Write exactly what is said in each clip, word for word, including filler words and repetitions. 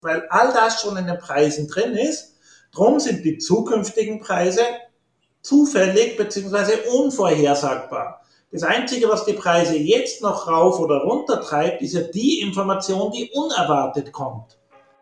weil all das schon in den Preisen drin ist. Drum sind die zukünftigen Preise zufällig bzw. unvorhersagbar. Das Einzige, was die Preise jetzt noch rauf oder runter treibt, ist ja die Information, die unerwartet kommt.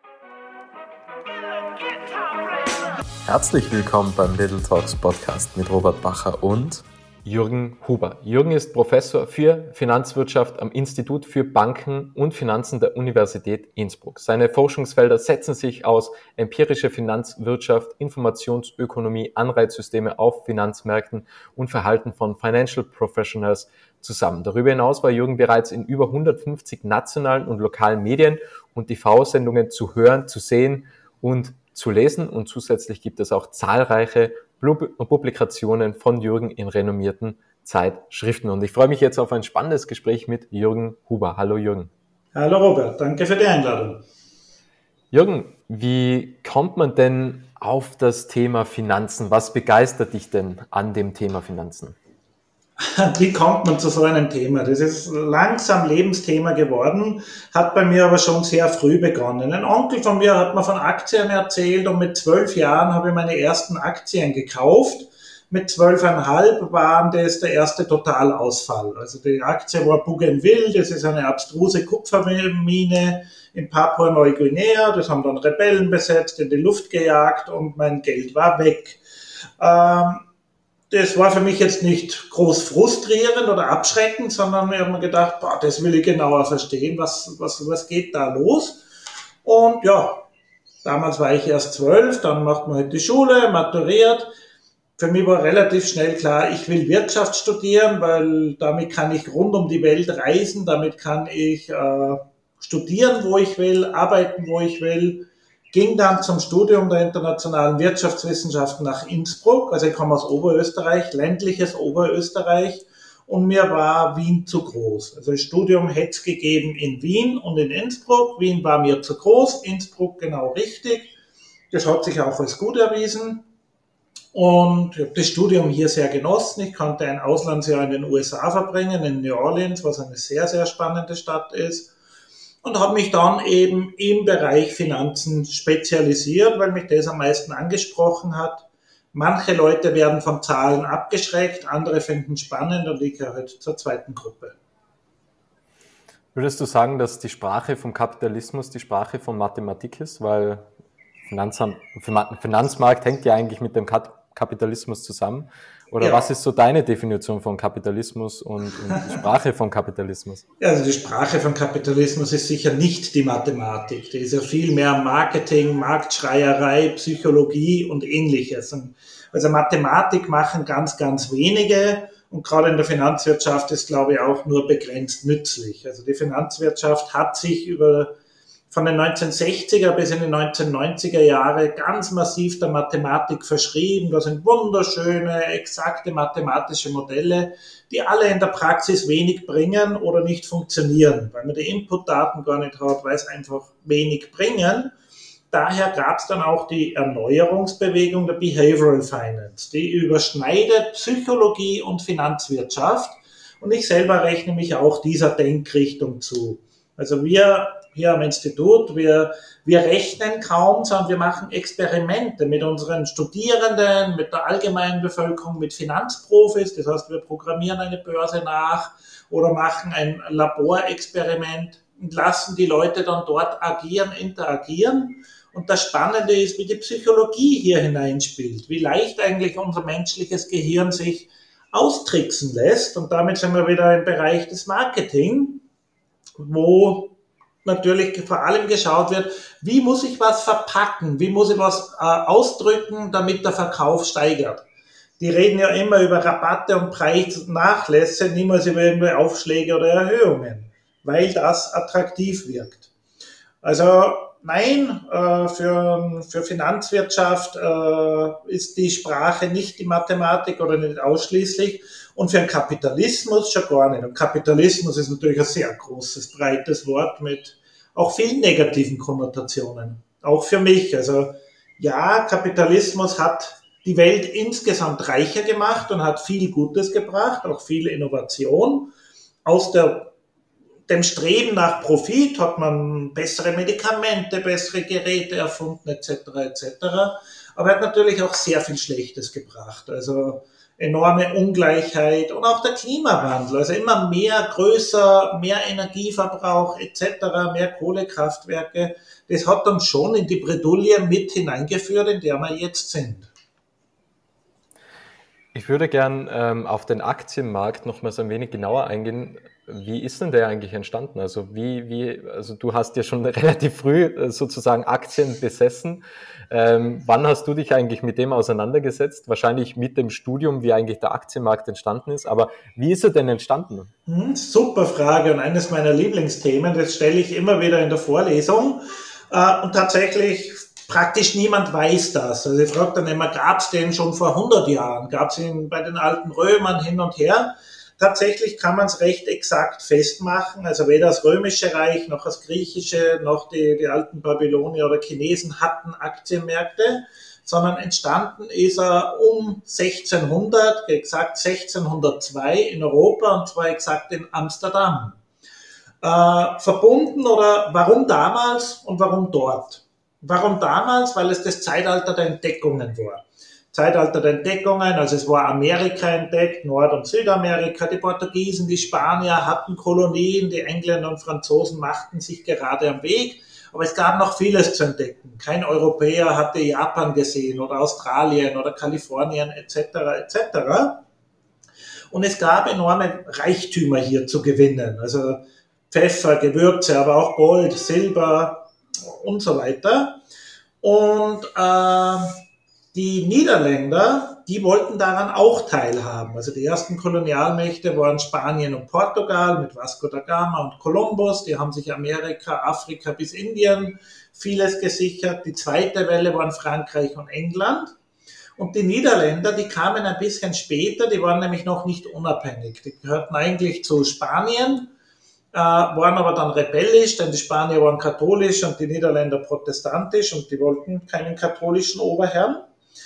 Herzlich willkommen beim Little Talks Podcast mit Robert Bacher und Jürgen Huber. Jürgen ist Professor für Finanzwirtschaft am Institut für Banken und Finanzen der Universität Innsbruck. Seine Forschungsfelder setzen sich aus empirischer Finanzwirtschaft, Informationsökonomie, Anreizsysteme auf Finanzmärkten und Verhalten von Financial Professionals zusammen. Darüber hinaus war Jürgen bereits in über hundertfünfzig nationalen und lokalen Medien und T V-Sendungen zu hören, zu sehen und zu lesen, und zusätzlich gibt es auch zahlreiche Publikationen von Jürgen in renommierten Zeitschriften. Und ich freue mich jetzt auf ein spannendes Gespräch mit Jürgen Huber. Hallo Jürgen. Hallo Robert, danke für die Einladung. Jürgen, wie kommt man denn auf das Thema Finanzen? Was begeistert dich denn an dem Thema Finanzen? Wie kommt man zu so einem Thema? Das ist langsam Lebensthema geworden, hat bei mir aber schon sehr früh begonnen. Ein Onkel von mir hat mir von Aktien erzählt und mit zwölf Jahren habe ich meine ersten Aktien gekauft. Mit zwölfeinhalb waren das der erste Totalausfall. Also die Aktie war Bougainville, das ist eine abstruse Kupfermine in Papua-Neuguinea. Das haben dann Rebellen besetzt, in die Luft gejagt und mein Geld war weg. Ähm, Das war für mich jetzt nicht groß frustrierend oder abschreckend, sondern ich habe mir gedacht, boah, das will ich genauer verstehen, was, was, was geht da los? Und ja, damals war ich erst zwölf, dann macht man halt die Schule, maturiert. Für mich war relativ schnell klar, ich will Wirtschaft studieren, weil damit kann ich rund um die Welt reisen, damit kann ich äh, studieren, wo ich will, arbeiten, wo ich will. Ging dann zum Studium der internationalen Wirtschaftswissenschaften nach Innsbruck. Also ich komme aus Oberösterreich, ländliches Oberösterreich, und mir war Wien zu groß. Also das Studium hätte es gegeben in Wien und in Innsbruck. Wien war mir zu groß, Innsbruck genau richtig. Das hat sich auch als gut erwiesen. Und ich habe das Studium hier sehr genossen. Ich konnte ein Auslandsjahr in den U S A verbringen, in New Orleans, was eine sehr, sehr spannende Stadt ist. Und habe mich dann eben im Bereich Finanzen spezialisiert, weil mich das am meisten angesprochen hat. Manche Leute werden von Zahlen abgeschreckt, andere finden es spannend, und ich gehöre halt zur zweiten Gruppe. Würdest du sagen, dass die Sprache vom Kapitalismus die Sprache von Mathematik ist? Weil Finanzam- Finanzmarkt hängt ja eigentlich mit dem Kapitalismus zusammen. Oder ja. Was ist so deine Definition von Kapitalismus und, und die Sprache von Kapitalismus? Also die Sprache von Kapitalismus ist sicher nicht die Mathematik. Die ist ja viel mehr Marketing, Marktschreierei, Psychologie und Ähnliches. Also Mathematik machen ganz, ganz wenige, und gerade in der Finanzwirtschaft ist, glaube ich, auch nur begrenzt nützlich. Also die Finanzwirtschaft hat sich über von den neunzehnhundertsechziger bis in die neunzehnhundertneunziger Jahre ganz massiv der Mathematik verschrieben. Da sind wunderschöne, exakte mathematische Modelle, die alle in der Praxis wenig bringen oder nicht funktionieren, weil man die Inputdaten gar nicht hat, weil es einfach wenig bringen. Daher gab es dann auch die Erneuerungsbewegung der Behavioral Finance. Die überschneidet Psychologie und Finanzwirtschaft, und ich selber rechne mich auch dieser Denkrichtung zu. Also wir hier am Institut, wir, wir rechnen kaum, sondern wir machen Experimente mit unseren Studierenden, mit der allgemeinen Bevölkerung, mit Finanzprofis. Das heißt, wir programmieren eine Börse nach oder machen ein Laborexperiment und lassen die Leute dann dort agieren, interagieren. Und das Spannende ist, wie die Psychologie hier hineinspielt, wie leicht eigentlich unser menschliches Gehirn sich austricksen lässt. Und damit sind wir wieder im Bereich des Marketing, wo natürlich vor allem geschaut wird, wie muss ich was verpacken, wie muss ich was äh, ausdrücken, damit der Verkauf steigert. Die reden ja immer über Rabatte und Preisnachlässe, niemals über irgendwelche Aufschläge oder Erhöhungen, weil das attraktiv wirkt. Also nein, äh, für, für Finanzwirtschaft äh, ist die Sprache nicht die Mathematik oder nicht ausschließlich. Und für den Kapitalismus schon gar nicht. Und Kapitalismus ist natürlich ein sehr großes, breites Wort mit auch vielen negativen Konnotationen. Auch für mich. Also ja, Kapitalismus hat die Welt insgesamt reicher gemacht und hat viel Gutes gebracht, auch viel Innovation. Aus der dem Streben nach Profit hat man bessere Medikamente, bessere Geräte erfunden, et cetera et cetera. Aber er hat natürlich auch sehr viel Schlechtes gebracht. Also enorme Ungleichheit und auch der Klimawandel. Also immer mehr, größer, mehr Energieverbrauch et cetera, mehr Kohlekraftwerke. Das hat uns schon in die Bredouille mit hineingeführt, in der wir jetzt sind. Ich würde gern ähm, auf den Aktienmarkt nochmals ein wenig genauer eingehen. Wie ist denn der eigentlich entstanden? Also wie, wie, also du hast ja schon relativ früh äh, sozusagen Aktien besessen. Ähm, wann hast du dich eigentlich mit dem auseinandergesetzt? Wahrscheinlich mit dem Studium, wie eigentlich der Aktienmarkt entstanden ist. Aber wie ist er denn entstanden? Hm, super Frage und eines meiner Lieblingsthemen. Das stelle ich immer wieder in der Vorlesung. Äh, und tatsächlich praktisch niemand weiß das. Also ich frage dann immer, gab es den schon vor hundert Jahren? Gab es ihn bei den alten Römern hin und her? Tatsächlich kann man es recht exakt festmachen. Also weder das Römische Reich noch das Griechische noch die, die alten Babylonier oder Chinesen hatten Aktienmärkte, sondern entstanden ist er um sechzehnhundert, exakt sechzehnhundertzwei in Europa und zwar exakt in Amsterdam. Äh, verbunden oder warum damals und warum dort? Warum damals? Weil es das Zeitalter der Entdeckungen war. Zeitalter der Entdeckungen, also es war Amerika entdeckt, Nord- und Südamerika, die Portugiesen, die Spanier hatten Kolonien, die Engländer und Franzosen machten sich gerade am Weg, aber es gab noch vieles zu entdecken. Kein Europäer hatte Japan gesehen oder Australien oder Kalifornien et cetera et cetera. Und es gab enorme Reichtümer hier zu gewinnen, also Pfeffer, Gewürze, aber auch Gold, Silber und so weiter. Und äh, die Niederländer, die wollten daran auch teilhaben. Also die ersten Kolonialmächte waren Spanien und Portugal mit Vasco da Gama und Kolumbus. Die haben sich Amerika, Afrika bis Indien vieles gesichert. Die zweite Welle waren Frankreich und England. Und die Niederländer, die kamen ein bisschen später, die waren nämlich noch nicht unabhängig. Die gehörten eigentlich zu Spanien, äh, waren aber dann rebellisch, denn die Spanier waren katholisch und die Niederländer protestantisch und die wollten keinen katholischen Oberherrn.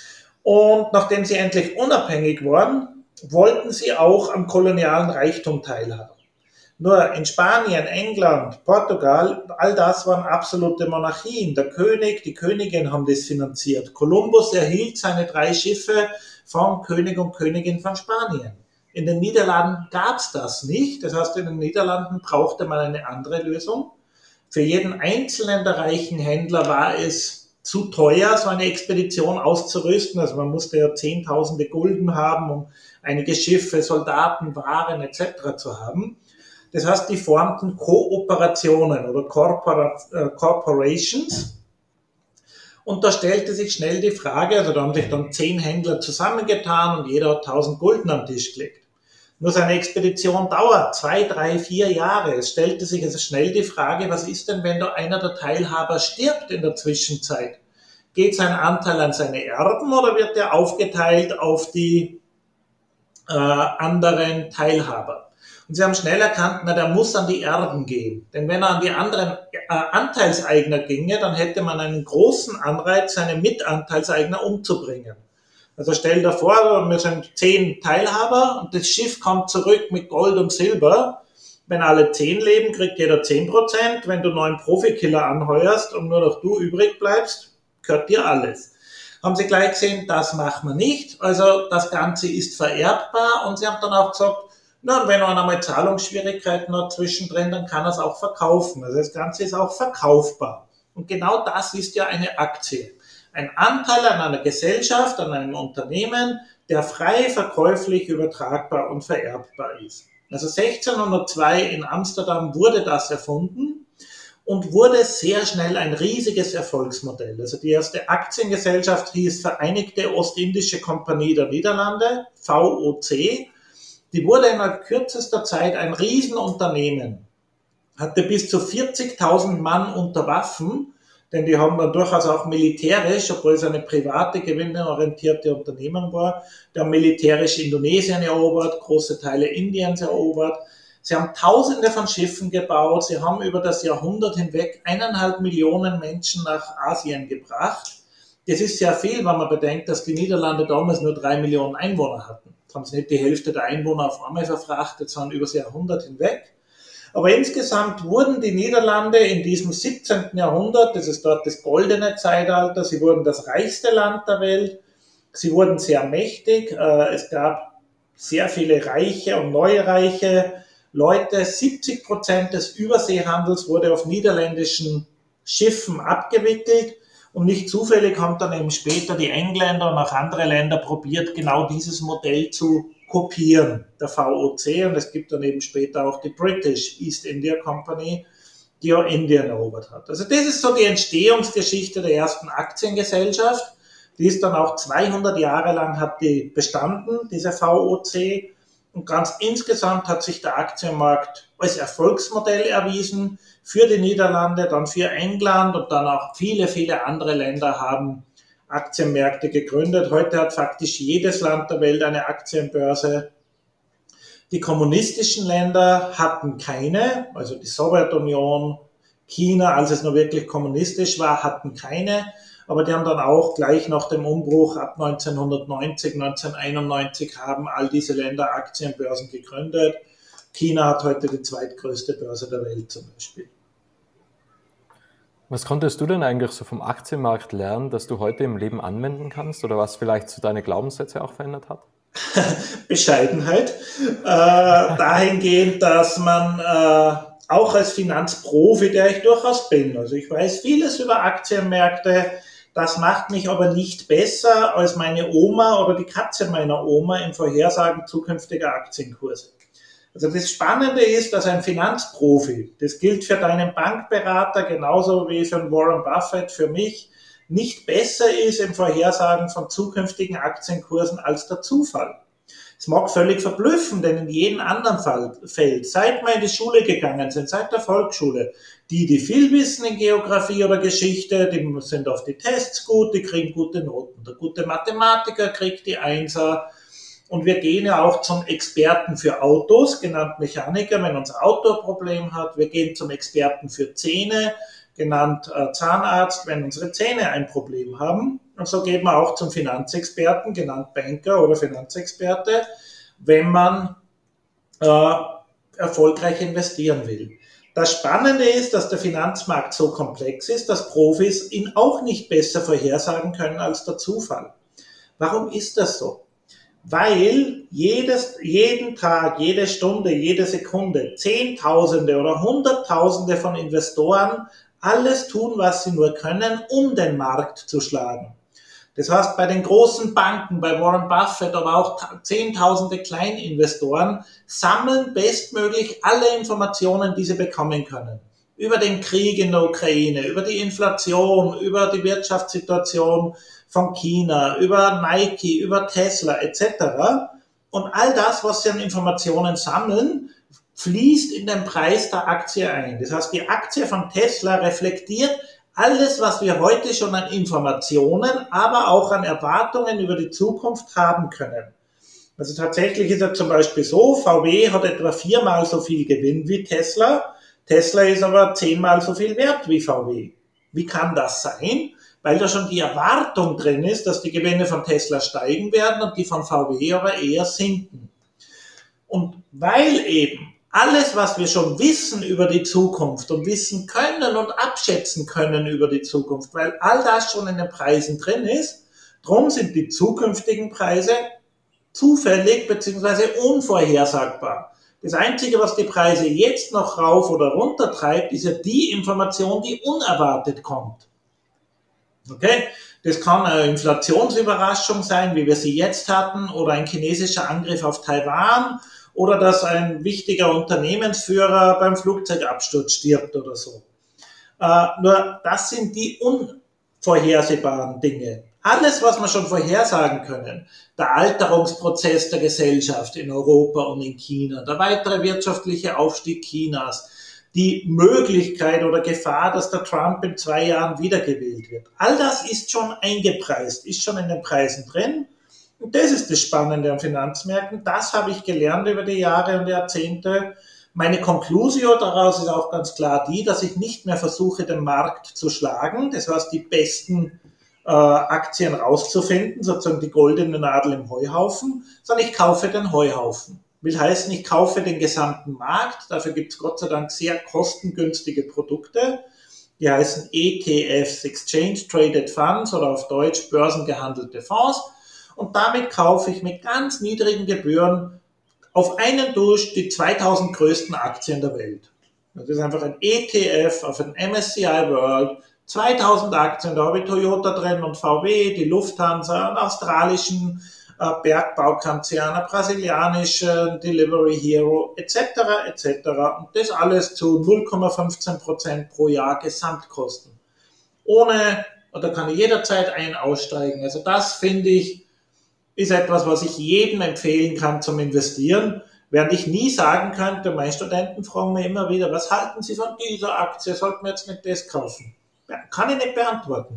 Und nachdem sie endlich unabhängig waren, wollten sie auch am kolonialen Reichtum teilhaben. Nur in Spanien, England, Portugal, all das waren absolute Monarchien. Der König, die Königin haben das finanziert. Kolumbus erhielt seine drei Schiffe vom König und Königin von Spanien. In den Niederlanden gab es das nicht. Das heißt, in den Niederlanden brauchte man eine andere Lösung. Für jeden einzelnen der reichen Händler war es zu teuer, so eine Expedition auszurüsten. Also man musste ja Zehntausende Gulden haben, um einige Schiffe, Soldaten, Waren et cetera zu haben. Das heißt, die formten Kooperationen oder Corpora- äh, Corporations. Und da stellte sich schnell die Frage, also da haben sich dann zehn Händler zusammengetan und jeder hat tausend Gulden am Tisch gelegt. Nur seine Expedition dauert zwei, drei, vier Jahre. Es stellte sich also schnell die Frage, was ist denn, wenn da einer der Teilhaber stirbt in der Zwischenzeit? Geht sein Anteil an seine Erben oder wird der aufgeteilt auf die äh, anderen Teilhaber? Und sie haben schnell erkannt, na, der muss an die Erben gehen. Denn wenn er an die anderen äh, Anteilseigner ginge, dann hätte man einen großen Anreiz, seine Mitanteilseigner umzubringen. Also stell dir vor, wir sind zehn Teilhaber und das Schiff kommt zurück mit Gold und Silber. Wenn alle zehn leben, kriegt jeder zehn Prozent. Wenn du neun Profikiller anheuerst und nur noch du übrig bleibst, gehört dir alles. Haben sie gleich gesehen, das machen wir nicht. Also das Ganze ist vererbbar und sie haben dann auch gesagt, na, und wenn man einmal Zahlungsschwierigkeiten hat zwischendrin, dann kann er es auch verkaufen. Also das Ganze ist auch verkaufbar. Und genau das ist ja eine Aktie. Ein Anteil an einer Gesellschaft, an einem Unternehmen, der frei verkäuflich übertragbar und vererbbar ist. Also sechzehnhundertzwei in Amsterdam wurde das erfunden und wurde sehr schnell ein riesiges Erfolgsmodell. Also die erste Aktiengesellschaft hieß Vereinigte Ostindische Kompanie der Niederlande, V O C. Die wurde in kürzester Zeit ein Riesenunternehmen, hatte bis zu vierzigtausend Mann unter Waffen, denn die haben dann durchaus auch militärisch, obwohl es eine private, gewinnorientierte Unternehmung war, die haben militärisch Indonesien erobert, große Teile Indiens erobert. Sie haben Tausende von Schiffen gebaut, sie haben über das Jahrhundert hinweg eineinhalb Millionen Menschen nach Asien gebracht. Das ist sehr viel, wenn man bedenkt, dass die Niederlande damals nur drei Millionen Einwohner hatten. Jetzt haben sie nicht die Hälfte der Einwohner auf einmal verfrachtet, sondern über das Jahrhundert hinweg. Aber insgesamt wurden die Niederlande in diesem siebzehnten Jahrhundert, das ist dort das goldene Zeitalter, sie wurden das reichste Land der Welt, sie wurden sehr mächtig, es gab sehr viele reiche und neureiche Leute. siebzig Prozent des Überseehandels wurde auf niederländischen Schiffen abgewickelt und nicht zufällig haben dann eben später die Engländer und auch andere Länder probiert, genau dieses Modell zu kopieren, der V O C, und es gibt dann eben später auch die British East India Company, die auch Indien erobert hat. Also das ist so die Entstehungsgeschichte der ersten Aktiengesellschaft. Die ist dann auch zweihundert Jahre lang hat die bestanden, diese V O C. Und ganz insgesamt hat sich der Aktienmarkt als Erfolgsmodell erwiesen für die Niederlande, dann für England und dann auch viele, viele andere Länder haben Aktienmärkte gegründet. Heute hat faktisch jedes Land der Welt eine Aktienbörse. Die kommunistischen Länder hatten keine, also die Sowjetunion, China, als es noch wirklich kommunistisch war, hatten keine. Aber die haben dann auch gleich nach dem Umbruch ab neunzehnhundertneunzig, neunzehnhunderteinundneunzig haben all diese Länder Aktienbörsen gegründet. China hat heute die zweitgrößte Börse der Welt zum Beispiel. Was konntest du denn eigentlich so vom Aktienmarkt lernen, dass du heute im Leben anwenden kannst oder was vielleicht so deine Glaubenssätze auch verändert hat? Bescheidenheit. Äh, dahingehend, dass man äh, auch als Finanzprofi, der ich durchaus bin, also ich weiß vieles über Aktienmärkte, das macht mich aber nicht besser als meine Oma oder die Katze meiner Oma im Vorhersagen zukünftiger Aktienkurse. Also das Spannende ist, dass ein Finanzprofi, das gilt für deinen Bankberater genauso wie für Warren Buffett, für mich, nicht besser ist im Vorhersagen von zukünftigen Aktienkursen als der Zufall. Es mag völlig verblüffen, denn in jedem anderen Fall, Feld, seit wir in die Schule gegangen sind, seit der Volksschule, die, die viel wissen in Geografie oder Geschichte, die sind auf die Tests gut, die kriegen gute Noten. Der gute Mathematiker kriegt die Einser. Und wir gehen ja auch zum Experten für Autos, genannt Mechaniker, wenn unser Auto ein Problem hat. Wir gehen zum Experten für Zähne, genannt äh, Zahnarzt, wenn unsere Zähne ein Problem haben. Und so geht man auch zum Finanzexperten, genannt Banker oder Finanzexperte, wenn man äh, erfolgreich investieren will. Das Spannende ist, dass der Finanzmarkt so komplex ist, dass Profis ihn auch nicht besser vorhersagen können als der Zufall. Warum ist das so? Weil jedes, jeden Tag, jede Stunde, jede Sekunde Zehntausende oder Hunderttausende von Investoren alles tun, was sie nur können, um den Markt zu schlagen. Das heißt, bei den großen Banken, bei Warren Buffett, aber auch Zehntausende Kleininvestoren sammeln bestmöglich alle Informationen, die sie bekommen können. Über den Krieg in der Ukraine, über die Inflation, über die Wirtschaftssituation von China, über Nike, über Tesla et cetera. Und all das, was sie an Informationen sammeln, fließt in den Preis der Aktie ein. Das heißt, die Aktie von Tesla reflektiert alles, was wir heute schon an Informationen, aber auch an Erwartungen über die Zukunft haben können. Also tatsächlich ist es zum Beispiel so, V W hat etwa viermal so viel Gewinn wie Tesla. Tesla ist aber zehnmal so viel wert wie V W. Wie kann das sein? Weil da schon die Erwartung drin ist, dass die Gewinne von Tesla steigen werden und die von V W aber eher sinken. Und weil eben alles, was wir schon wissen über die Zukunft und wissen können und abschätzen können über die Zukunft, weil all das schon in den Preisen drin ist, drum sind die zukünftigen Preise zufällig bzw. unvorhersagbar. Das Einzige, was die Preise jetzt noch rauf oder runter treibt, ist ja die Information, die unerwartet kommt. Okay? Das kann eine Inflationsüberraschung sein, wie wir sie jetzt hatten, oder ein chinesischer Angriff auf Taiwan, oder dass ein wichtiger Unternehmensführer beim Flugzeugabsturz stirbt oder so. Äh, nur das sind die unvorhersehbaren Dinge. Alles, was wir schon vorhersagen können, der Alterungsprozess der Gesellschaft in Europa und in China, der weitere wirtschaftliche Aufstieg Chinas, die Möglichkeit oder Gefahr, dass der Trump in zwei Jahren wiedergewählt wird. All das ist schon eingepreist, ist schon in den Preisen drin. Und das ist das Spannende an Finanzmärkten. Das habe ich gelernt über die Jahre und Jahrzehnte. Meine Conclusio daraus ist auch ganz klar die, dass ich nicht mehr versuche, den Markt zu schlagen. Das heißt, die besten äh, Aktien rauszufinden, sozusagen die goldene Nadel im Heuhaufen, sondern ich kaufe den Heuhaufen. Will heißen, ich kaufe den gesamten Markt. Dafür gibt es Gott sei Dank sehr kostengünstige Produkte. Die heißen E T Fs, Exchange Traded Funds, oder auf Deutsch börsengehandelte Fonds. Und damit kaufe ich mit ganz niedrigen Gebühren auf einen durch die zweitausend größten Aktien der Welt. Das ist einfach ein E T F auf ein M S C I World, zweitausend Aktien, da habe ich Toyota drin und V W, die Lufthansa, einen australischen äh, Bergbaukonzern, einen brasilianischen Delivery Hero, et cetera et cetera. Und das alles zu null Komma fünfzehn Prozent pro Jahr Gesamtkosten. Ohne, oder kann ich jederzeit ein- aussteigen. Also das, finde ich, ist etwas, was ich jedem empfehlen kann zum Investieren. Während ich nie sagen könnte, meine Studenten fragen mir immer wieder, was halten Sie von dieser Aktie, sollten wir jetzt nicht das kaufen? Ja, kann ich nicht beantworten.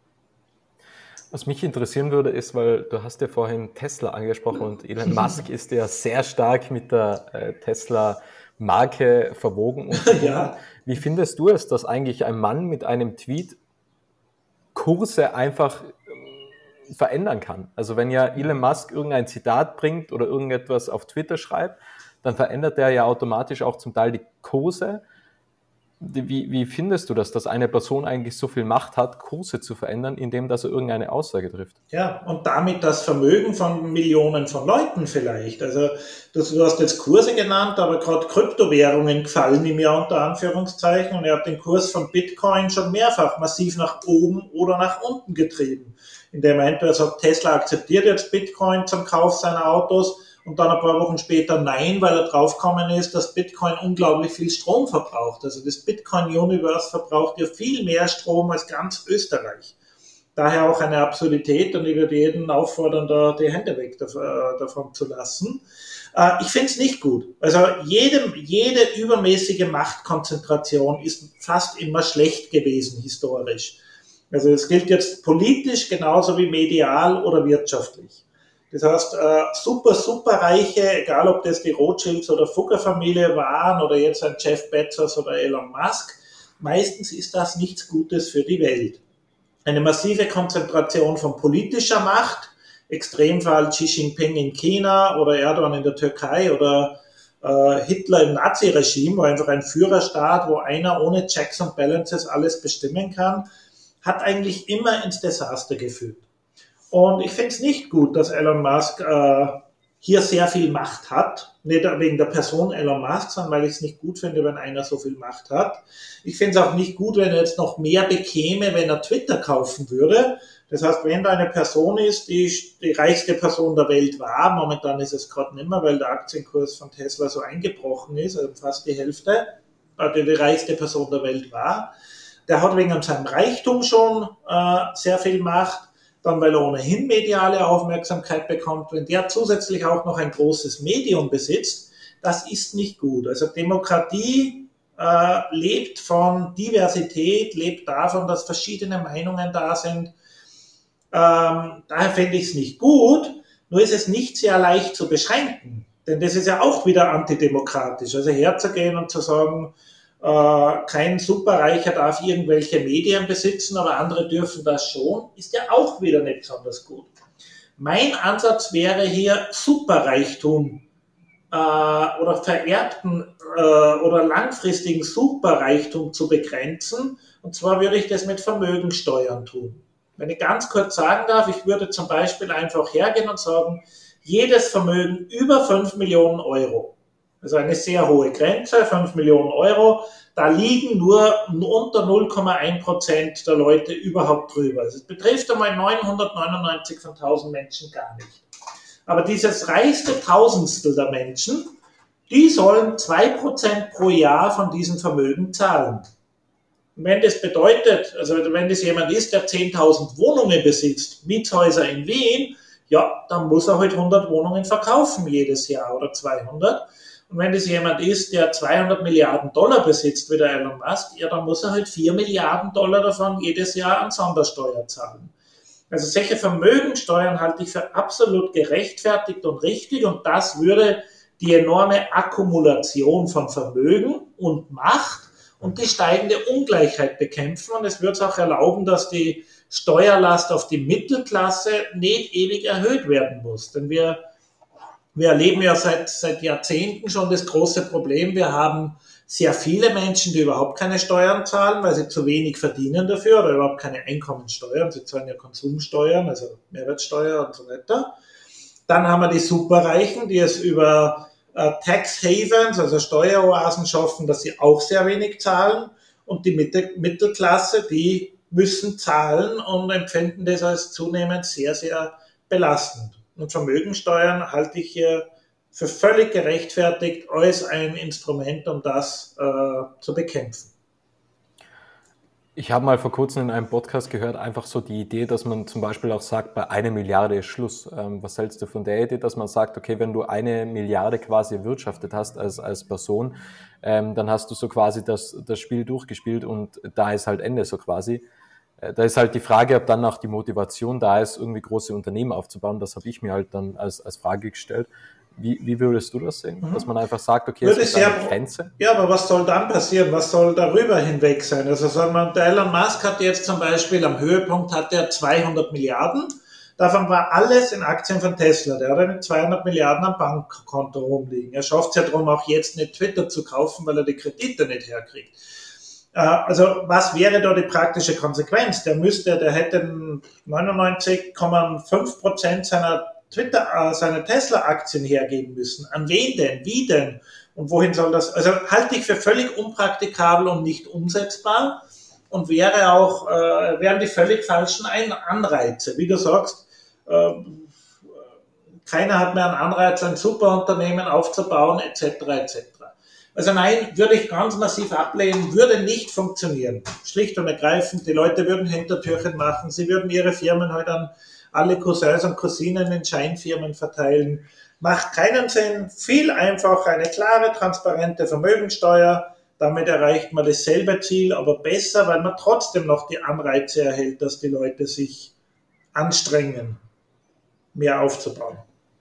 Was mich interessieren würde, ist, weil du hast ja vorhin Tesla angesprochen und Elon Musk ist ja sehr stark mit der äh, Tesla-Marke verwogen und verbunden. Ja. Wie findest du es, dass eigentlich ein Mann mit einem Tweet Kurse einfach ähm, verändern kann? Also wenn ja Elon Musk irgendein Zitat bringt oder irgendetwas auf Twitter schreibt, dann verändert er ja automatisch auch zum Teil die Kurse. Wie, wie findest du das, dass eine Person eigentlich so viel Macht hat, Kurse zu verändern, indem dass er irgendeine Aussage trifft? Ja, und damit das Vermögen von Millionen von Leuten vielleicht. Also das, du hast jetzt Kurse genannt, aber gerade Kryptowährungen gefallen ihm ja unter Anführungszeichen, und er hat den Kurs von Bitcoin schon mehrfach massiv nach oben oder nach unten getrieben. Indem er entweder sagt, Tesla akzeptiert jetzt Bitcoin zum Kauf seiner Autos, und dann ein paar Wochen später nein, weil er draufgekommen ist, dass Bitcoin unglaublich viel Strom verbraucht. Also das Bitcoin-Universe verbraucht ja viel mehr Strom als ganz Österreich. Daher auch eine Absurdität, und ich würde jeden auffordern, da die Hände weg davon zu lassen. Ich finde es nicht gut. Also jede, jede übermäßige Machtkonzentration ist fast immer schlecht gewesen, historisch. Also es gilt jetzt politisch genauso wie medial oder wirtschaftlich. Das heißt, äh, super, super Reiche, egal ob das die Rothschilds oder Fugger-Familie waren oder jetzt ein Jeff Bezos oder Elon Musk, meistens ist das nichts Gutes für die Welt. Eine massive Konzentration von politischer Macht, Extremfall Xi Jinping in China oder Erdogan in der Türkei oder äh, Hitler im Nazi-Regime, wo einfach ein Führerstaat, wo einer ohne Checks und Balances alles bestimmen kann, hat eigentlich immer ins Desaster geführt. Und ich finde es nicht gut, dass Elon Musk äh, hier sehr viel Macht hat. Nicht wegen der Person Elon Musk, sondern weil ich es nicht gut finde, wenn einer so viel Macht hat. Ich finde es auch nicht gut, wenn er jetzt noch mehr bekäme, wenn er Twitter kaufen würde. Das heißt, wenn da eine Person ist, die die reichste Person der Welt war, momentan ist es gerade nicht mehr, weil der Aktienkurs von Tesla so eingebrochen ist, also fast die Hälfte, die die reichste Person der Welt war, der hat wegen seinem Reichtum schon äh, sehr viel Macht. Dann, weil er ohnehin mediale Aufmerksamkeit bekommt, wenn der zusätzlich auch noch ein großes Medium besitzt, das ist nicht gut. Also Demokratie äh, lebt von Diversität, lebt davon, dass verschiedene Meinungen da sind. Ähm, daher finde ich es nicht gut, nur ist es nicht sehr leicht zu beschränken. Denn das ist ja auch wieder antidemokratisch. Also herzugehen und zu sagen, Uh, kein Superreicher darf irgendwelche Medien besitzen, aber andere dürfen das schon, ist ja auch wieder nicht besonders gut. Mein Ansatz wäre hier, Superreichtum uh, oder vererbten uh, oder langfristigen Superreichtum zu begrenzen. Und zwar würde ich das mit Vermögensteuern tun. Wenn ich ganz kurz sagen darf, ich würde zum Beispiel einfach hergehen und sagen, jedes Vermögen über fünf Millionen Euro, also eine sehr hohe Grenze, fünf Millionen Euro, da liegen nur unter null Komma eins Prozent der Leute überhaupt drüber. Also es betrifft einmal neunhundertneunundneunzig von tausend Menschen gar nicht. Aber dieses reichste Tausendstel der Menschen, die sollen zwei Prozent pro Jahr von diesem Vermögen zahlen. Und wenn das bedeutet, also wenn das jemand ist, der zehntausend Wohnungen besitzt, Mietshäuser in Wien, ja, dann muss er halt hundert Wohnungen verkaufen jedes Jahr oder zweihundert. Und wenn das jemand ist, der zweihundert Milliarden Dollar besitzt, wie der Elon Musk, ja, dann muss er halt vier Milliarden Dollar davon jedes Jahr an Sondersteuer zahlen. Also solche Vermögensteuern halte ich für absolut gerechtfertigt und richtig, und das würde die enorme Akkumulation von Vermögen und Macht und die steigende Ungleichheit bekämpfen, und es würde es auch erlauben, dass die Steuerlast auf die Mittelklasse nicht ewig erhöht werden muss. Denn wir Wir erleben ja seit, seit Jahrzehnten schon das große Problem. Wir haben sehr viele Menschen, die überhaupt keine Steuern zahlen, weil sie zu wenig verdienen dafür oder überhaupt keine Einkommensteuern. Sie zahlen ja Konsumsteuern, also Mehrwertsteuer und so weiter. Dann haben wir die Superreichen, die es über äh, Tax Havens, also Steueroasen schaffen, dass sie auch sehr wenig zahlen. Und die Mitte, Mittelklasse, die müssen zahlen und empfinden das als zunehmend sehr, sehr belastend. Und Vermögensteuern halte ich hier für völlig gerechtfertigt als ein Instrument, um das äh, zu bekämpfen. Ich habe mal vor kurzem in einem Podcast gehört, einfach so die Idee, dass man zum Beispiel auch sagt, bei einer Milliarde ist Schluss. Ähm, was hältst du von der Idee, dass man sagt, okay, wenn du eine Milliarde quasi erwirtschaftet hast als, als Person, ähm, dann hast du so quasi das, das Spiel durchgespielt und da ist halt Ende so quasi. Äh, da ist halt die Frage, ob dann auch die Motivation da ist, irgendwie große Unternehmen aufzubauen. Das habe ich mir halt dann als, als Frage gestellt. Wie, wie würdest du das sehen? Mhm. Dass man einfach sagt, okay, Würde es gibt eine sehr, Grenze? Ja, aber was soll dann passieren? Was soll darüber hinweg sein? Also soll man, der Elon Musk hat jetzt zum Beispiel am Höhepunkt hat er zweihundert Milliarden. Davon war alles in Aktien von Tesla. Der hat eine zweihundert Milliarden am Bankkonto rumliegen. Er schafft es ja darum, auch jetzt nicht Twitter zu kaufen, weil er die Kredite nicht herkriegt. Also was wäre da die praktische Konsequenz? Der müsste, der hätte neunundneunzig Komma fünf Prozent seiner Twitter, äh, seine Tesla-Aktien hergeben müssen. An wen denn? Wie denn? Und wohin soll das? Also halte ich für völlig unpraktikabel und nicht umsetzbar und wäre auch, äh, wären die völlig falschen Ein- Anreize. Wie du sagst, äh, keiner hat mehr einen Anreiz, ein Superunternehmen aufzubauen, et cetera et cetera. Also nein, würde ich ganz massiv ablehnen, würde nicht funktionieren. Schlicht und ergreifend, die Leute würden Hintertürchen machen, sie würden ihre Firmen halt an alle Cousins und Cousinen in Scheinfirmen verteilen. Macht keinen Sinn. Viel einfacher eine klare, transparente Vermögensteuer. Damit erreicht man dasselbe Ziel, aber besser, weil man trotzdem noch die Anreize erhält, dass die Leute sich anstrengen, mehr aufzubauen.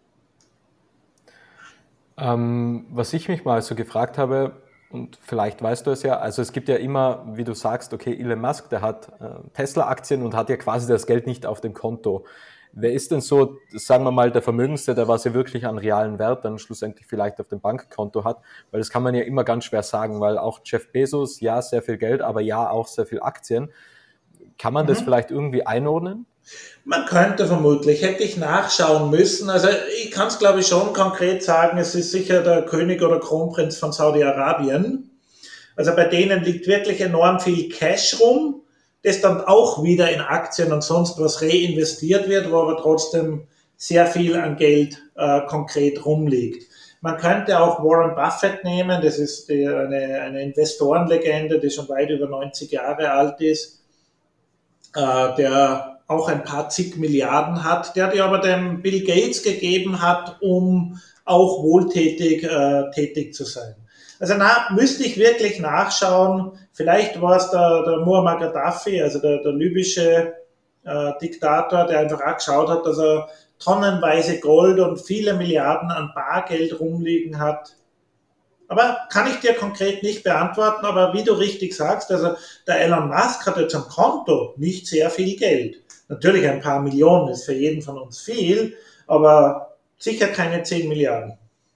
Ähm, was ich mich mal so gefragt habe, und vielleicht weißt du es ja, also es gibt ja immer, wie du sagst, okay, Elon Musk, der hat äh, Tesla-Aktien und hat ja quasi das Geld nicht auf dem Konto. Wer ist denn so, sagen wir mal, der Vermögendste, der was ja wirklich an realen Wert dann schlussendlich vielleicht auf dem Bankkonto hat? Weil das kann man ja immer ganz schwer sagen, weil auch Jeff Bezos, ja, sehr viel Geld, aber ja, auch sehr viel Aktien. Kann man mhm. das vielleicht irgendwie einordnen? Man könnte vermutlich, hätte ich nachschauen müssen. Also ich kann es, glaube ich, schon konkret sagen, es ist sicher der König oder Kronprinz von Saudi-Arabien. Also bei denen liegt wirklich enorm viel Cash rum, das dann auch wieder in Aktien und sonst was reinvestiert wird, wo aber trotzdem sehr viel an Geld äh, konkret rumliegt. Man könnte auch Warren Buffett nehmen, das ist die, eine, eine Investorenlegende, die schon weit über neunzig Jahre alt ist, äh, der auch ein paar zig Milliarden hat, der die aber dem Bill Gates gegeben hat, um auch wohltätig äh, tätig zu sein. Also na, müsste ich wirklich nachschauen, vielleicht war es der, der Muammar Gaddafi, also der, der libysche äh, Diktator, der einfach auch geschaut hat, dass er tonnenweise Gold und viele Milliarden an Bargeld rumliegen hat. Aber kann ich dir konkret nicht beantworten, aber wie du richtig sagst, also der Elon Musk hat jetzt am Konto nicht sehr viel Geld. Natürlich ein paar Millionen ist für jeden von uns viel, aber sicher keine zehn Milliarden.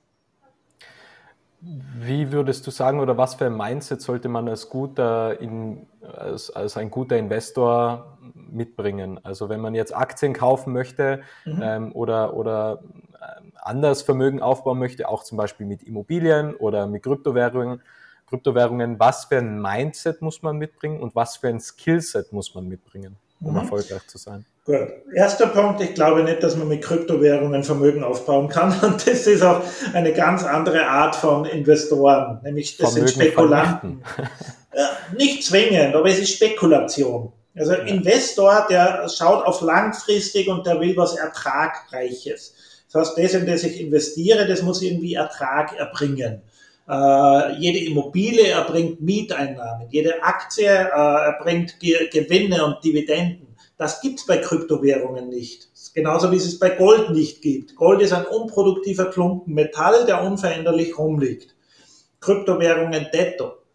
Wie würdest du sagen, oder was für ein Mindset sollte man als guter, in, als, als ein guter Investor mitbringen? Also wenn man jetzt Aktien kaufen möchte mhm. ähm, oder, oder anders Vermögen aufbauen möchte, auch zum Beispiel mit Immobilien oder mit Kryptowährungen, Kryptowährungen, was für ein Mindset muss man mitbringen und was für ein Skillset muss man mitbringen, um mhm. erfolgreich zu sein? Gut. Erster Punkt, ich glaube nicht, dass man mit Kryptowährungen Vermögen aufbauen kann. Und das ist auch eine ganz andere Art von Investoren, nämlich das Vermögen sind Spekulanten. Ja, nicht zwingend, aber es ist Spekulation. Also ja. Investor, der schaut auf langfristig und der will was Ertragreiches. Das heißt, das, in das ich investiere, das muss irgendwie Ertrag erbringen. Äh, jede Immobilie erbringt Mieteinnahmen, jede Aktie äh, erbringt Ge- Gewinne und Dividenden. Das gibt es bei Kryptowährungen nicht. Genauso wie es es bei Gold nicht gibt. Gold ist ein unproduktiver Klumpen Metall, der unveränderlich rumliegt. Kryptowährungen detto.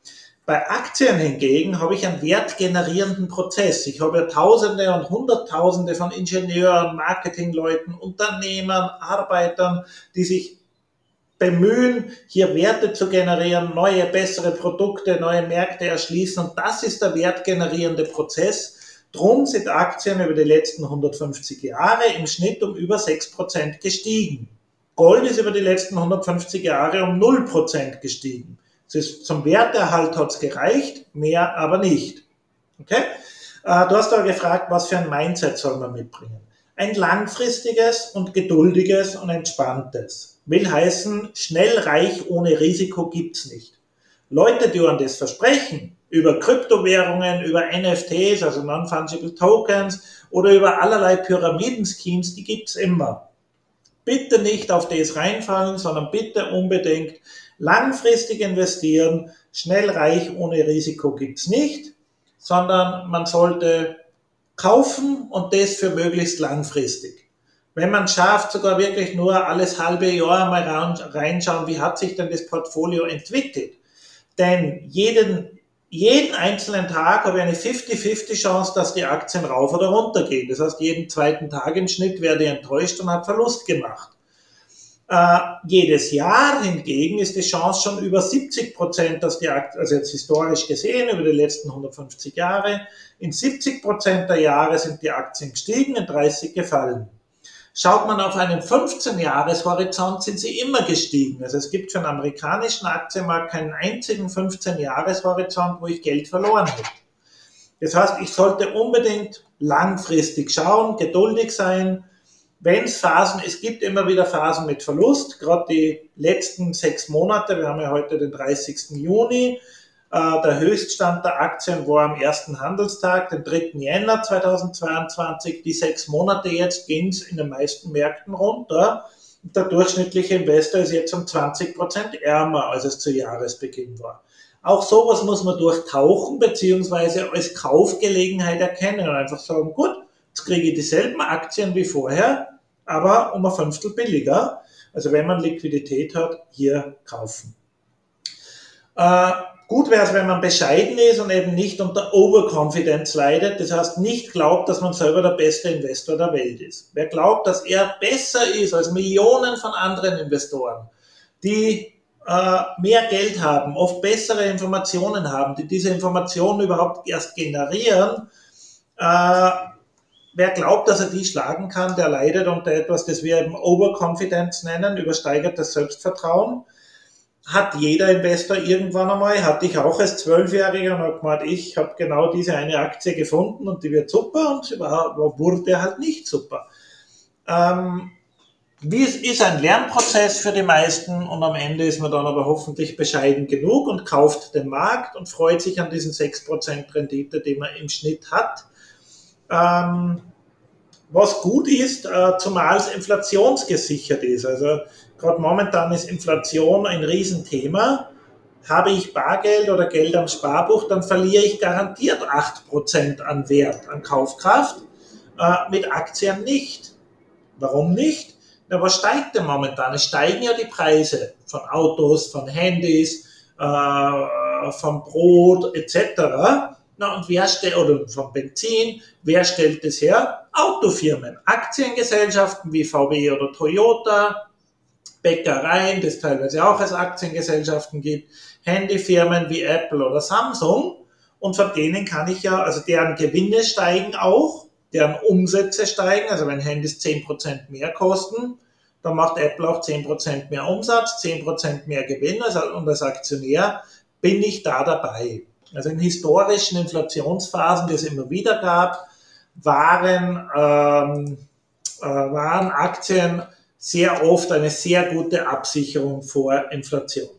Bei Aktien hingegen habe ich einen wertgenerierenden Prozess. Ich habe ja Tausende und Hunderttausende von Ingenieuren, Marketingleuten, Unternehmern, Arbeitern, die sich bemühen, hier Werte zu generieren, neue, bessere Produkte, neue Märkte erschließen. Und das ist der wertgenerierende Prozess. Drum sind Aktien über die letzten hundertfünfzig Jahre im Schnitt um über sechs Prozent gestiegen. Gold ist über die letzten hundertfünfzig Jahre um null Prozent gestiegen. Es ist, zum Werterhalt hat es gereicht, mehr aber nicht. Okay? Äh, du hast aber gefragt, was für ein Mindset soll man mitbringen? Ein langfristiges und geduldiges und entspanntes. Will heißen, schnell reich ohne Risiko gibt's nicht. Leute, die uns das versprechen, über Kryptowährungen, über N F Ts, also Non-Fungible Tokens oder über allerlei Pyramidenschemes, die gibt's immer. Bitte nicht auf das reinfallen, sondern bitte unbedingt langfristig investieren. Schnell reich ohne Risiko gibt's nicht, sondern man sollte kaufen und das für möglichst langfristig. Wenn man schafft, sogar wirklich nur alles halbe Jahr mal reinschauen, wie hat sich denn das Portfolio entwickelt. Denn jeden, jeden einzelnen Tag habe ich eine fünfzig fünfzig Chance, dass die Aktien rauf oder runter gehen. Das heißt, jeden zweiten Tag im Schnitt werde ich enttäuscht und habe Verlust gemacht. Äh, jedes Jahr hingegen ist die Chance schon über siebzig Prozent, dass die Aktien, also jetzt historisch gesehen, über die letzten hundertfünfzig Jahre, in siebzig Prozent der Jahre sind die Aktien gestiegen, in dreißig gefallen. Schaut man auf einen fünfzehn-Jahres-Horizont, sind sie immer gestiegen. Also es gibt für den amerikanischen Aktienmarkt keinen einzigen fünfzehn-Jahres-Horizont, wo ich Geld verloren hätte. Das heißt, ich sollte unbedingt langfristig schauen, geduldig sein. Wenn es Phasen, es gibt immer wieder Phasen mit Verlust, gerade die letzten sechs Monate, wir haben ja heute den dreißigsten Juni, äh, der Höchststand der Aktien war am ersten Handelstag, den dritten Jänner zweitausendzweiundzwanzig, die sechs Monate jetzt ging es in den meisten Märkten runter. Der durchschnittliche Investor ist jetzt um zwanzig Prozent ärmer, als es zu Jahresbeginn war. Auch sowas muss man durchtauchen, beziehungsweise als Kaufgelegenheit erkennen und einfach sagen, gut, jetzt kriege ich dieselben Aktien wie vorher, aber um ein Fünftel billiger. Also wenn man Liquidität hat, hier kaufen. Äh, gut wäre es, wenn man bescheiden ist und eben nicht unter Overconfidence leidet. Das heißt, nicht glaubt, dass man selber der beste Investor der Welt ist. Wer glaubt, dass er besser ist als Millionen von anderen Investoren, die äh, mehr Geld haben, oft bessere Informationen haben, die diese Informationen überhaupt erst generieren, äh, wer glaubt, dass er die schlagen kann, der leidet unter etwas, das wir eben Overconfidence nennen, übersteigertes Selbstvertrauen. Hat jeder Investor irgendwann einmal, hatte ich auch als Zwölfjähriger und habe gemeint, ich habe genau diese eine Aktie gefunden und die wird super und sie war, wurde halt nicht super. Ähm, wie es ist ein Lernprozess für die meisten und am Ende ist man dann aber hoffentlich bescheiden genug und kauft den Markt und freut sich an diesen sechs Prozent Rendite, die man im Schnitt hat. Ähm, was gut ist, äh, zumal es inflationsgesichert ist. Also gerade momentan ist Inflation ein Riesenthema. Habe ich Bargeld oder Geld am Sparbuch, dann verliere ich garantiert acht Prozent an Wert, an Kaufkraft, äh, mit Aktien nicht. Warum nicht? Na, was steigt denn momentan? Es steigen ja die Preise von Autos, von Handys, äh, von Brot et cetera. Na, und wer stellt, oder von Benzin, wer stellt das her? Autofirmen, Aktiengesellschaften wie V W oder Toyota, Bäckereien, das teilweise auch als Aktiengesellschaften gibt, Handyfirmen wie Apple oder Samsung. Und von denen kann ich ja, also deren Gewinne steigen auch, deren Umsätze steigen, also wenn Handys zehn Prozent mehr kosten, dann macht Apple auch zehn Prozent mehr Umsatz, zehn Prozent mehr Gewinn, also, und als Aktionär bin ich da dabei. Also in historischen Inflationsphasen, die es immer wieder gab, waren, ähm, äh, waren Aktien sehr oft eine sehr gute Absicherung vor Inflation.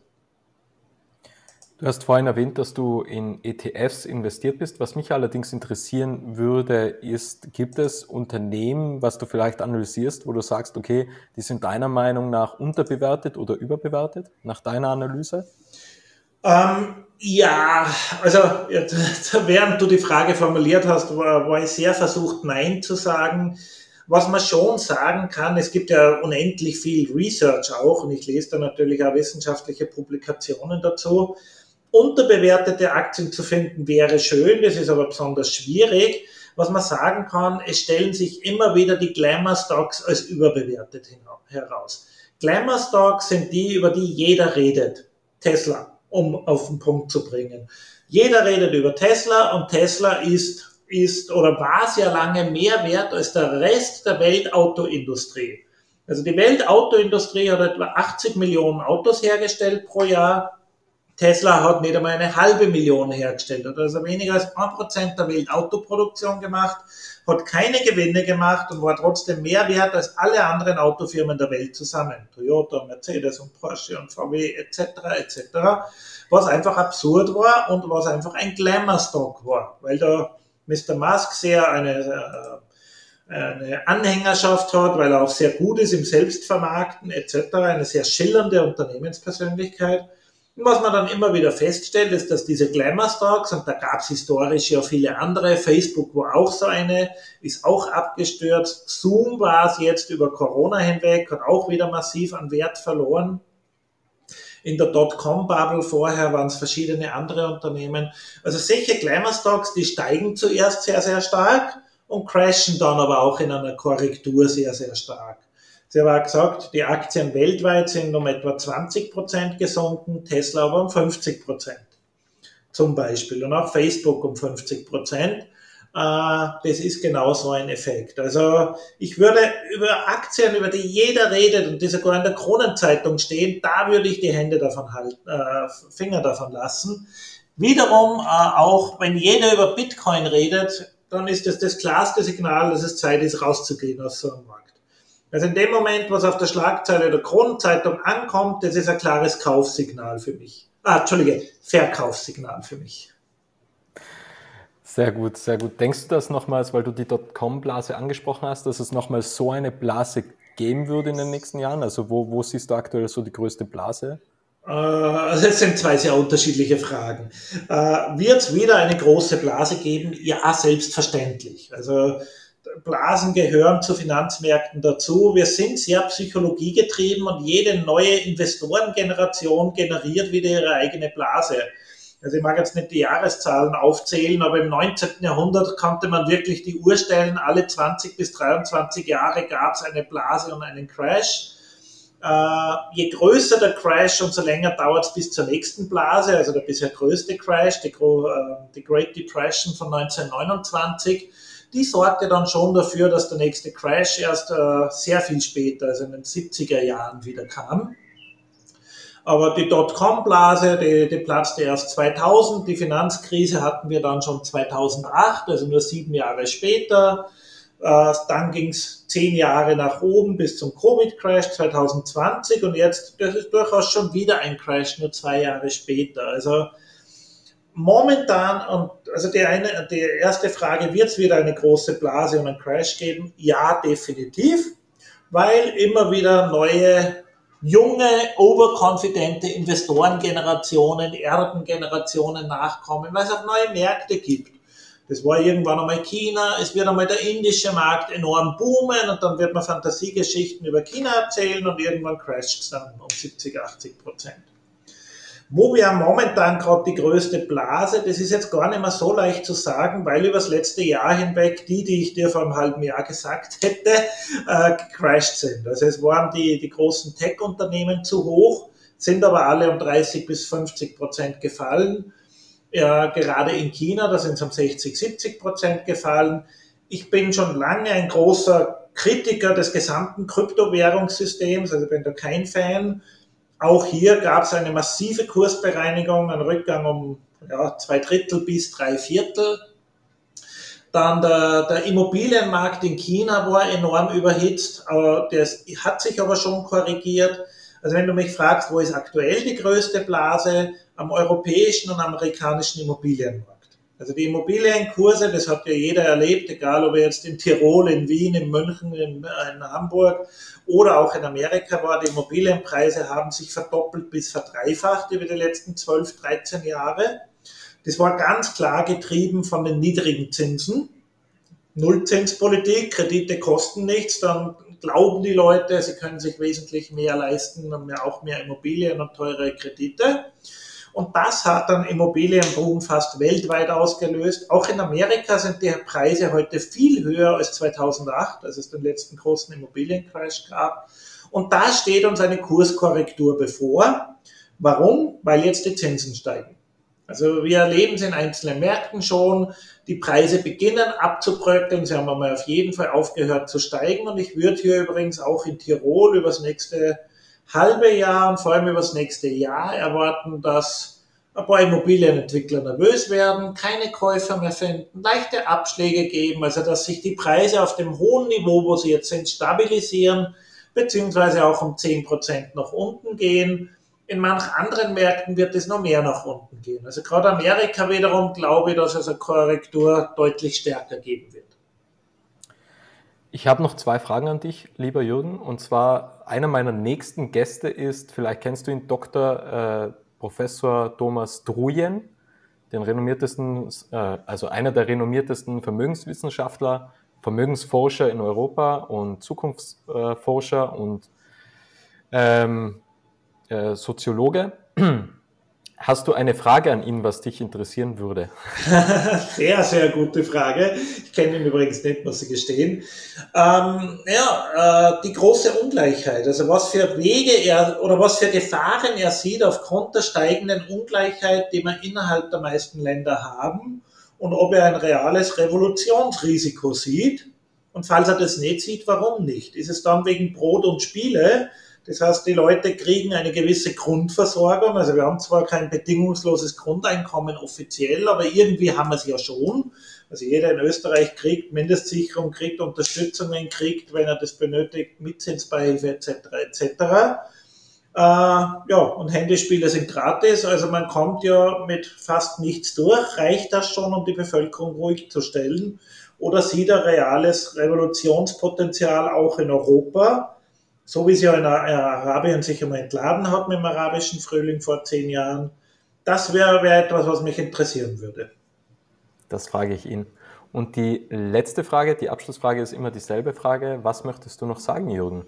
Du hast vorhin erwähnt, dass du in E T Fs investiert bist. Was mich allerdings interessieren würde, ist, gibt es Unternehmen, was du vielleicht analysierst, wo du sagst, okay, die sind deiner Meinung nach unterbewertet oder überbewertet, nach deiner Analyse? Ähm, ja, also jetzt, während du die Frage formuliert hast, war, war ich sehr versucht, Nein zu sagen. Was man schon sagen kann, es gibt ja unendlich viel Research auch und ich lese da natürlich auch wissenschaftliche Publikationen dazu. Unterbewertete Aktien zu finden wäre schön, das ist aber besonders schwierig. Was man sagen kann, es stellen sich immer wieder die Glamour-Stocks als überbewertet heraus. Glamour-Stocks sind die, über die jeder redet. Tesla, um auf den Punkt zu bringen. Jeder redet über Tesla und Tesla ist, ist oder war sehr lange mehr wert als der Rest der Weltautoindustrie. Also die Weltautoindustrie hat etwa achtzig Millionen Autos hergestellt pro Jahr. Tesla hat nicht einmal eine halbe Million hergestellt, hat also weniger als ein Prozent der Weltautoproduktion gemacht, hat keine Gewinne gemacht und war trotzdem mehr wert als alle anderen Autofirmen der Welt zusammen. Toyota, Mercedes und Porsche und V W et cetera et cetera. Was einfach absurd war und was einfach ein Glamour-Stock war, weil da Mister Musk sehr eine, eine Anhängerschaft hat, weil er auch sehr gut ist im Selbstvermarkten et cetera, eine sehr schillernde Unternehmenspersönlichkeit. Und was man dann immer wieder feststellt, ist, dass diese Glamour-Stocks, und da gab es historisch ja viele andere, Facebook war auch so eine, ist auch abgestürzt, Zoom war es jetzt über Corona hinweg, hat auch wieder massiv an Wert verloren. In der Dotcom-Bubble vorher waren es verschiedene andere Unternehmen. Also solche Glamour-Stocks, die steigen zuerst sehr, sehr stark und crashen dann aber auch in einer Korrektur sehr, sehr stark. Sie haben auch gesagt, die Aktien weltweit sind um etwa zwanzig Prozent gesunken, Tesla aber um fünfzig Prozent zum Beispiel und auch Facebook um fünfzig Prozent. Das ist genau so ein Effekt. Also ich würde über Aktien, über die jeder redet und die sogar in der Kronenzeitung stehen, da würde ich die Hände davon halten, äh, Finger davon lassen. Wiederum äh, auch, wenn jeder über Bitcoin redet, dann ist das das klarste Signal, dass es Zeit ist, rauszugehen aus so einem Markt. Also in dem Moment, was auf der Schlagzeile der Kronenzeitung ankommt, das ist ein klares Kaufsignal für mich. Ah, Entschuldige, Verkaufssignal für mich. Sehr gut, sehr gut. Denkst du das nochmals, weil du die Dotcom-Blase angesprochen hast, dass es nochmals so eine Blase geben würde in den nächsten Jahren? Also wo, wo siehst du aktuell so die größte Blase? Also es sind zwei sehr unterschiedliche Fragen. Wird es wieder eine große Blase geben? Ja, selbstverständlich. Also Blasen gehören zu Finanzmärkten dazu. Wir sind sehr psychologiegetrieben und jede neue Investorengeneration generiert wieder ihre eigene Blase. Also ich mag jetzt nicht die Jahreszahlen aufzählen, aber im neunzehnten Jahrhundert konnte man wirklich die Uhr stellen, alle zwanzig bis dreiundzwanzig Jahre gab es eine Blase und einen Crash. Äh, je größer der Crash, umso länger dauert es bis zur nächsten Blase, also der bisher größte Crash, die, äh, die Great Depression von neunzehnhundertneunundzwanzig, die sorgte dann schon dafür, dass der nächste Crash erst äh, sehr viel später, also in den siebziger Jahren wieder kam. Aber die Dotcom-Blase, die, die platzte erst zweitausend, die Finanzkrise hatten wir dann schon zweitausendacht, also nur sieben Jahre später. Äh, dann ging es zehn Jahre nach oben bis zum Covid-Crash zweitausendzwanzig und jetzt, das ist durchaus schon wieder ein Crash, nur zwei Jahre später. Also momentan, und also die, eine, die erste Frage, wird es wieder eine große Blase und einen Crash geben? Ja, definitiv, weil immer wieder neue junge, overconfidente Investorengenerationen, Erbengenerationen nachkommen, weil es auch neue Märkte gibt. Das war irgendwann einmal China, es wird einmal der indische Markt enorm boomen und dann wird man Fantasiegeschichten über China erzählen und irgendwann crasht es dann um siebzig, achtzig Prozent. Wo wir momentan gerade die größte Blase, das ist jetzt gar nicht mehr so leicht zu sagen, weil über das letzte Jahr hinweg die, die ich dir vor einem halben Jahr gesagt hätte, äh, gecrashed sind. Also es waren die, die großen Tech-Unternehmen zu hoch, sind aber alle um dreißig bis fünfzig Prozent gefallen. Ja, gerade in China, da sind es um sechzig, siebzig Prozent gefallen. Ich bin schon lange ein großer Kritiker des gesamten Kryptowährungssystems, also bin da kein Fan. Auch hier gab es eine massive Kursbereinigung, einen Rückgang um ja, zwei Drittel bis drei Viertel. Dann der, der Immobilienmarkt in China war enorm überhitzt, aber das hat sich aber schon korrigiert. Also wenn du mich fragst, wo ist aktuell die größte Blase? Am europäischen und amerikanischen Immobilienmarkt. Also die Immobilienkurse, das hat ja jeder erlebt, egal ob er jetzt in Tirol, in Wien, in München, in, in Hamburg oder auch in Amerika war, die Immobilienpreise haben sich verdoppelt bis verdreifacht über die letzten zwölf, dreizehn Jahre. Das war ganz klar getrieben von den niedrigen Zinsen. Nullzinspolitik, Kredite kosten nichts, dann glauben die Leute, sie können sich wesentlich mehr leisten und mehr, auch mehr Immobilien und teure Kredite. Und das hat dann Immobilienboom fast weltweit ausgelöst. Auch in Amerika sind die Preise heute viel höher als zweitausendacht, als es den letzten großen Immobiliencrash gab. Und da steht uns eine Kurskorrektur bevor. Warum? Weil jetzt die Zinsen steigen. Also wir erleben es in einzelnen Märkten schon. Die Preise beginnen abzubröckeln. Sie haben einmal auf jeden Fall aufgehört zu steigen. Und ich würde hier übrigens auch in Tirol über das nächste halbe Jahr und vor allem über das nächste Jahr erwarten, dass ein paar Immobilienentwickler nervös werden, keine Käufer mehr finden, leichte Abschläge geben, also dass sich die Preise auf dem hohen Niveau, wo sie jetzt sind, stabilisieren, beziehungsweise auch um zehn Prozent nach unten gehen. In manchen anderen Märkten wird es noch mehr nach unten gehen. Also gerade Amerika wiederum glaube ich, dass es eine Korrektur deutlich stärker geben wird. Ich habe noch zwei Fragen an dich, lieber Jürgen. Und zwar, einer meiner nächsten Gäste ist, vielleicht kennst du ihn, Doktor äh, Professor Thomas Drouin, den renommiertesten, äh, also einer der renommiertesten Vermögenswissenschaftler, Vermögensforscher in Europa und Zukunftsforscher und ähm, äh, Soziologe. Hast du eine Frage an ihn, was dich interessieren würde? Sehr, sehr gute Frage. Ich kenne ihn übrigens nicht, muss ich gestehen. Ähm, ja, äh, die große Ungleichheit. Also was für Wege er oder was für Gefahren er sieht aufgrund der steigenden Ungleichheit, die wir innerhalb der meisten Länder haben, und ob er ein reales Revolutionsrisiko sieht. Und falls er das nicht sieht, warum nicht? Ist es dann wegen Brot und Spiele? Das heißt, die Leute kriegen eine gewisse Grundversorgung. Also wir haben zwar kein bedingungsloses Grundeinkommen offiziell, aber irgendwie haben wir es ja schon. Also jeder in Österreich kriegt Mindestsicherung, kriegt Unterstützungen, kriegt, wenn er das benötigt, Mitzinsbeihilfe et cetera et cetera. Äh, ja, und Handyspiele sind gratis, also man kommt ja mit fast nichts durch. Reicht das schon, um die Bevölkerung ruhig zu stellen? Oder sieht er reales Revolutionspotenzial auch in Europa? So wie es ja in Arabien sich einmal entladen hat mit dem arabischen Frühling vor zehn Jahren. Das wäre wär etwas, was mich interessieren würde. Das frage ich ihn. Und die letzte Frage, die Abschlussfrage ist immer dieselbe Frage. Was möchtest du noch sagen, Jürgen?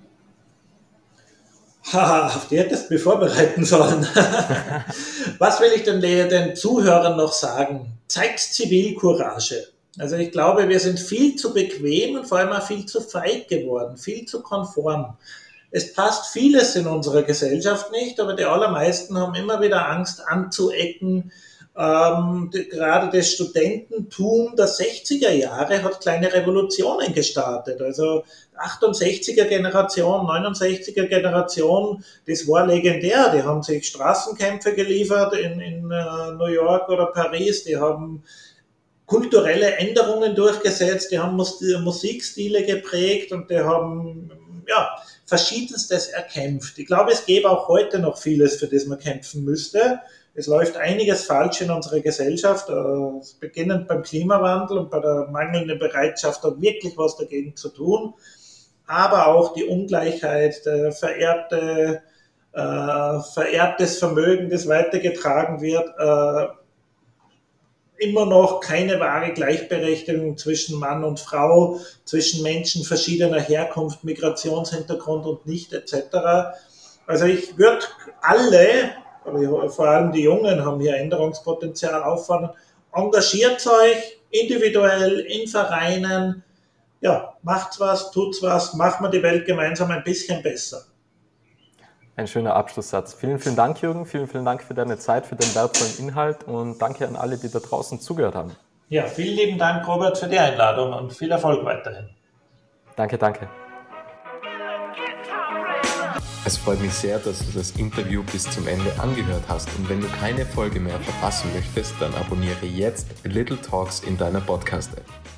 Haha, auf die hättest du mich vorbereiten sollen. Was will ich denn den Zuhörern noch sagen? Zeigt Zivilcourage. Also ich glaube, wir sind viel zu bequem und vor allem auch viel zu feig geworden, viel zu konform. Es passt vieles in unserer Gesellschaft nicht, aber die allermeisten haben immer wieder Angst anzuecken. Ähm, die, gerade das Studententum der sechziger Jahre hat kleine Revolutionen gestartet. Also achtundsechziger Generation, neunundsechziger Generation, das war legendär. Die haben sich Straßenkämpfe geliefert in, in uh, New York oder Paris, die haben kulturelle Änderungen durchgesetzt, die haben Musikstile geprägt und die haben ja, Verschiedenstes erkämpft. Ich glaube, es gäbe auch heute noch vieles, für das man kämpfen müsste. Es läuft einiges falsch in unserer Gesellschaft, beginnend beim Klimawandel und bei der mangelnden Bereitschaft, da wirklich was dagegen zu tun. Aber auch die Ungleichheit, der vererbte, äh, vererbtes Vermögen, das weitergetragen wird, äh, immer noch keine wahre Gleichberechtigung zwischen Mann und Frau, zwischen Menschen verschiedener Herkunft, Migrationshintergrund und nicht et cetera. Also ich würde alle, aber vor allem die Jungen haben hier Änderungspotenzial auffordern, engagiert euch individuell in Vereinen, ja, macht's was, tut's was, machen wir die Welt gemeinsam ein bisschen besser. Ein schöner Abschlusssatz. Vielen, vielen Dank, Jürgen. Vielen, vielen Dank für deine Zeit, für den wertvollen Inhalt und danke an alle, die da draußen zugehört haben. Ja, vielen lieben Dank, Robert, für die Einladung und viel Erfolg weiterhin. Danke, danke. Es freut mich sehr, dass du das Interview bis zum Ende angehört hast und wenn du keine Folge mehr verpassen möchtest, dann abonniere jetzt Little Talks in deiner Podcast-App.